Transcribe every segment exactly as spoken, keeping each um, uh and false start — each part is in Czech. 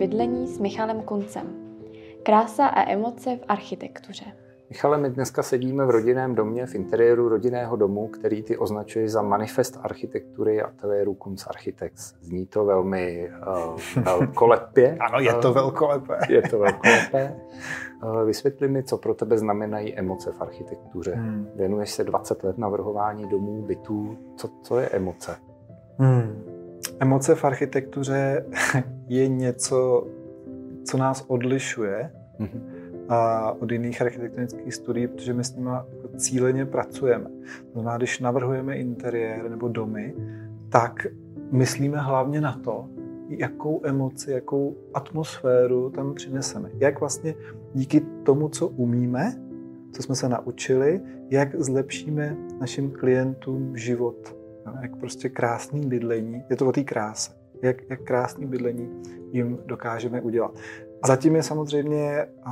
bydlení s Michalem Kuncem. Krása a emoce v architektuře. Michale, my dneska sedíme v rodinném domě, v interiéru rodinného domu, který ty označuješ za manifest architektury ateliéru Kunc Architects. Zní to velmi uh, velkolepě. Ano, je to velkolepé. Je to velkolepé. Uh, vysvětli mi, co pro tebe znamenají emoce v architektuře. Hmm. Věnuješ se dvacet let navrhování domů, bytů. Co, co je emoce? Hmm. Emoce v architektuře je něco, co nás odlišuje hmm. a od jiných architektonických studií, protože my s nimi cíleně pracujeme. To znamená, když navrhujeme interiér nebo domy, tak myslíme hlavně na to, jakou emoci, jakou atmosféru tam přineseme. Jak vlastně díky tomu, co umíme, co jsme se naučili, jak zlepšíme našim klientům život. Jak prostě krásný bydlení, je to o té kráse, jak, jak krásný bydlení jim dokážeme udělat. A zatím je samozřejmě uh,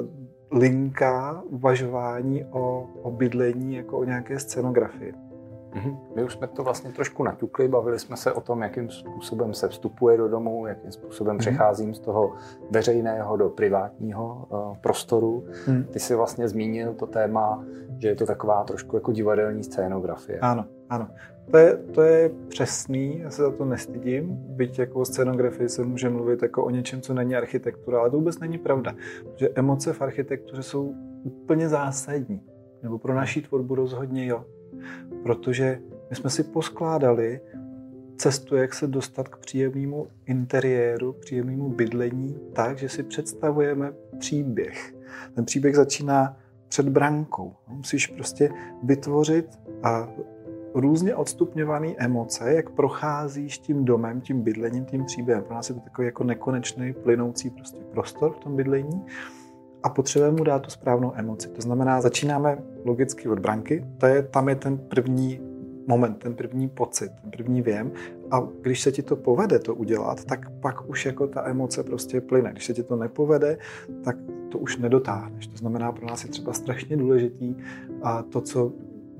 linka uvažování o, o bydlení jako o nějaké scenografii. Mm-hmm. My už jsme to vlastně trošku naťukli, bavili jsme se o tom, jakým způsobem se vstupuje do domu, jakým způsobem mm-hmm. přecházím z toho veřejného do privátního uh, prostoru. Mm. Ty jsi vlastně zmínil to téma, že je to taková trošku jako divadelní scénografie. Ano, ano. To je, to je přesný, já se za to nestydím, byť jako o scenografii se může mluvit jako o něčem, co není architektura, ale to vůbec není pravda, protože emoce v architektuře jsou úplně zásadní, nebo pro naši tvorbu rozhodně jo, protože my jsme si poskládali cestu, jak se dostat k příjemnému interiéru, k příjemnému bydlení, tak, že si představujeme příběh. Ten příběh začíná před brankou. Musíš prostě vytvořit a různě odstupňované emoce, jak procházíš tím domem, tím bydlením, tím příběhem. Pro nás je to takový jako nekonečný, plynoucí prostě prostor v tom bydlení a potřebujeme mu dát tu správnou emoci. To znamená, začínáme logicky od branky, to je, tam je ten první moment, ten první pocit, ten první věm a když se ti to povede to udělat, tak pak už jako ta emoce prostě plyne. Když se ti to nepovede, tak to už nedotáhneš. To znamená, pro nás je třeba strašně důležitý a to, co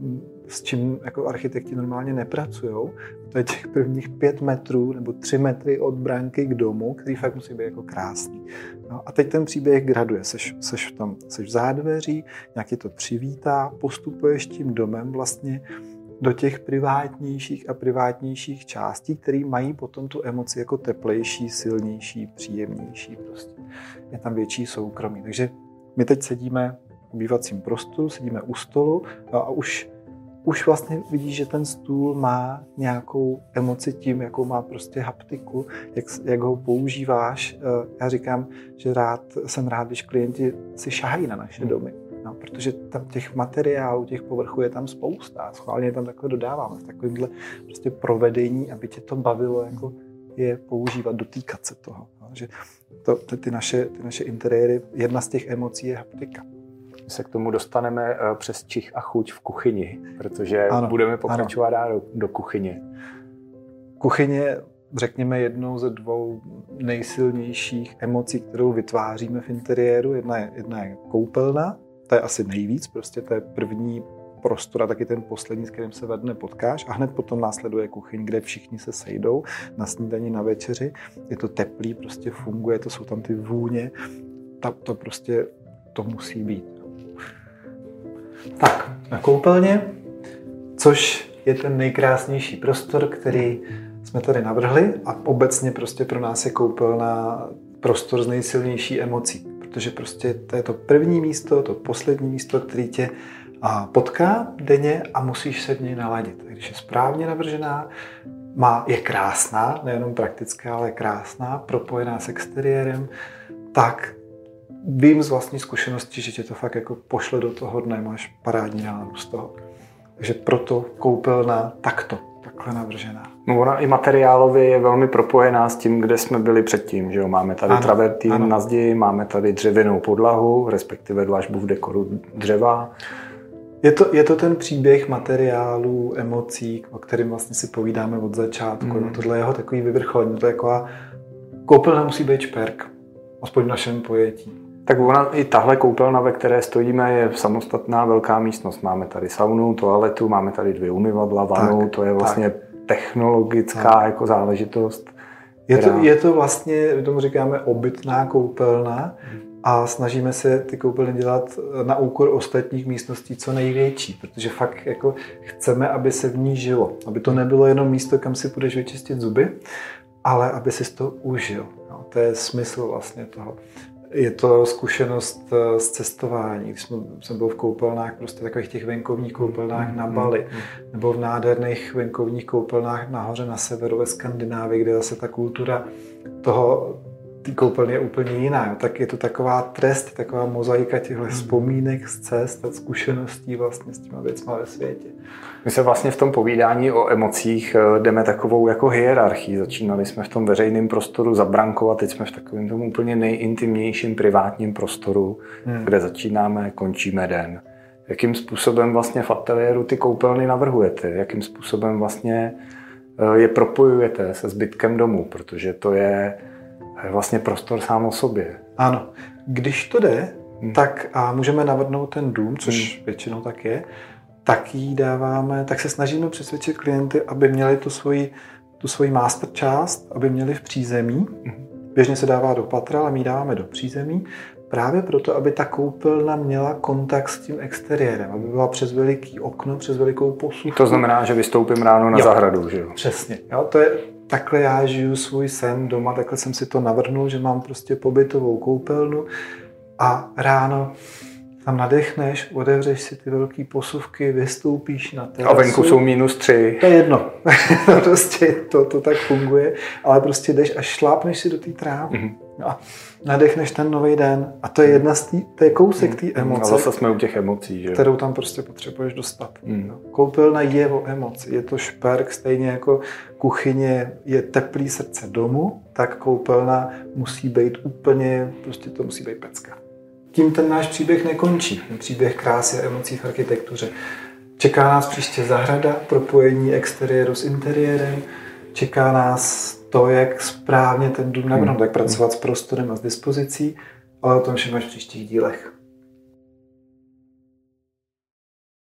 s čím jako architekti normálně nepracujou, to je těch prvních pět metrů nebo tři metry od bránky k domu, který fakt musí být jako krásný. No a teď ten příběh graduje. Seš, seš v tom, seš v zádveří, nějak tě to přivítá, postupuješ tím domem vlastně do těch privátnějších a privátnějších částí, které mají potom tu emoci jako teplejší, silnější, příjemnější. Prostě. Je tam větší soukromí. Takže my teď sedíme v obývacím prostoru, sedíme u stolu a už, už vlastně vidíš, že ten stůl má nějakou emoci tím, jakou má prostě haptiku, jak, jak ho používáš. Já říkám, že rád, jsem rád, když klienti si šahají na naše domy. No, protože tam těch materiálů, těch povrchů je tam spousta. Schválně je tam takhle dodáváme v takovémhle prostě provedení, aby tě to bavilo jako je používat, dotýkat se toho. No, že to, ty, ty, naše, ty naše interiéry, jedna z těch emocí je haptika. My se k tomu dostaneme přes čich a chuť v kuchyni, protože ano, budeme pokračovat dál do, do kuchyně. Kuchyně, řekněme, jednou ze dvou nejsilnějších emocí, kterou vytváříme v interiéru. Jedna je, jedna je koupelna, to je asi nejvíc, prostě to je první prostor a taky ten poslední, s kterým se ve dne potkáš a hned potom následuje kuchyň, kde všichni se sejdou na snídani, na večeři. Je to teplý, prostě funguje, to jsou tam ty vůně, to, to prostě to musí být. Tak, na koupelně, což je ten nejkrásnější prostor, který jsme tady navrhli a obecně prostě pro nás je koupelna prostor s nejsilnější emocí, protože prostě to je to první místo, to poslední místo, který tě potká denně a musíš se v něj naladit. Když je správně navržená, má, je krásná, nejenom praktická, ale krásná, propojená s exteriérem, tak vím z vlastní zkušenosti, že tě to fakt jako pošle do toho dne, máš parádní náladu z toho. Takže proto koupelna takto, takhle navržená. No ona i materiálově je velmi propojená s tím, kde jsme byli předtím. Že jo? Máme tady ano, travertín ano. na zdi, máme tady dřevěnou podlahu, respektive dlažbu v dekoru dřeva. Je to, je to ten příběh materiálů, emocí, o kterém vlastně si povídáme od začátku. Mm. No, tohle je jeho takový vyvrcholení. To je taková koupelna musí být šperk, aspoň v našem pojetí. Tak ona i tahle koupelna, ve které stojíme, je samostatná velká místnost. Máme tady saunu, toaletu, máme tady dvě umyvadla, vanu, tak, to je vlastně tak. technologická tak. jako záležitost. Je to, je to vlastně, my tomu říkáme obytná koupelna a snažíme se ty koupelny dělat na úkor ostatních místností co největší, protože fakt jako chceme, aby se v ní žilo. Aby to nebylo jenom místo, kam si půjdeš vyčistit zuby, ale aby si to užil. No, to je smysl vlastně toho. Je to zkušenost z cestování. Když jsem, jsem byl v koupelnách, prostě takových těch venkovních koupelnách na Bali, nebo v nádherných venkovních koupelnách nahoře na severu ve Skandinávii, kde zase ta kultura toho, ty koupelny je úplně jiná. Jo. Tak je to taková trest, taková mozaika těchto vzpomínek z cest a zkušeností vlastně s těma věcma ve světě. My se vlastně v tom povídání o emocích jdeme takovou jako hierarchii. Začínali jsme v tom veřejném prostoru zabrankovat, teď jsme v takovém tom úplně nejintimnějším privátním prostoru, hmm. kde začínáme, končíme den. Jakým způsobem vlastně v ateliéru ty koupelny navrhujete? Jakým způsobem vlastně je propojujete se zbytkem domu? Protože to je vlastně prostor sám o sobě. Ano. Když to jde, hmm. tak a můžeme navrhnout ten dům, což hmm. většinou tak je, tak jí dáváme, tak se snažíme přesvědčit klienty, aby měli tu svoji, tu svoji master část, aby měli v přízemí. Běžně se dává do patra, ale my ji dáváme do přízemí. Právě proto, aby ta koupelna měla kontakt s tím exteriérem, aby byla přes veliký okno, přes velikou posuvku. To znamená, že vystoupím ráno na jo, zahradu, že jo? Přesně. Jo, to je, takhle já žiju svůj sen doma, takhle jsem si to navrhnul, že mám prostě pobytovou koupelnu a ráno tam nadechneš, otevřeš si ty velké posuvky, vystoupíš na terasu. A venku jsou minus tři. To je jedno. prostě to, to tak funguje, ale prostě jdeš a šlápneš si do té trávy. Mm-hmm. A nadechneš ten nový den. A to je jedna z tý, to je kousek té emoce. A zase jsme u těch emocí, že? Kterou tam prostě potřebuješ dostat. Mm. Koupelna je o emoci. Je to šperk, stejně jako kuchyně je teplý srdce domu, tak koupelna musí být úplně, prostě to musí být pecka. Tím ten náš příběh nekončí. Ten příběh krásy a emocí v architektuře. Čeká nás příště zahrada, propojení exteriéru s interiérem. Čeká nás to, jak správně ten dům navrhnout, jak pracovat s prostorem a s dispozicí, ale o tom všem až v příštích dílech.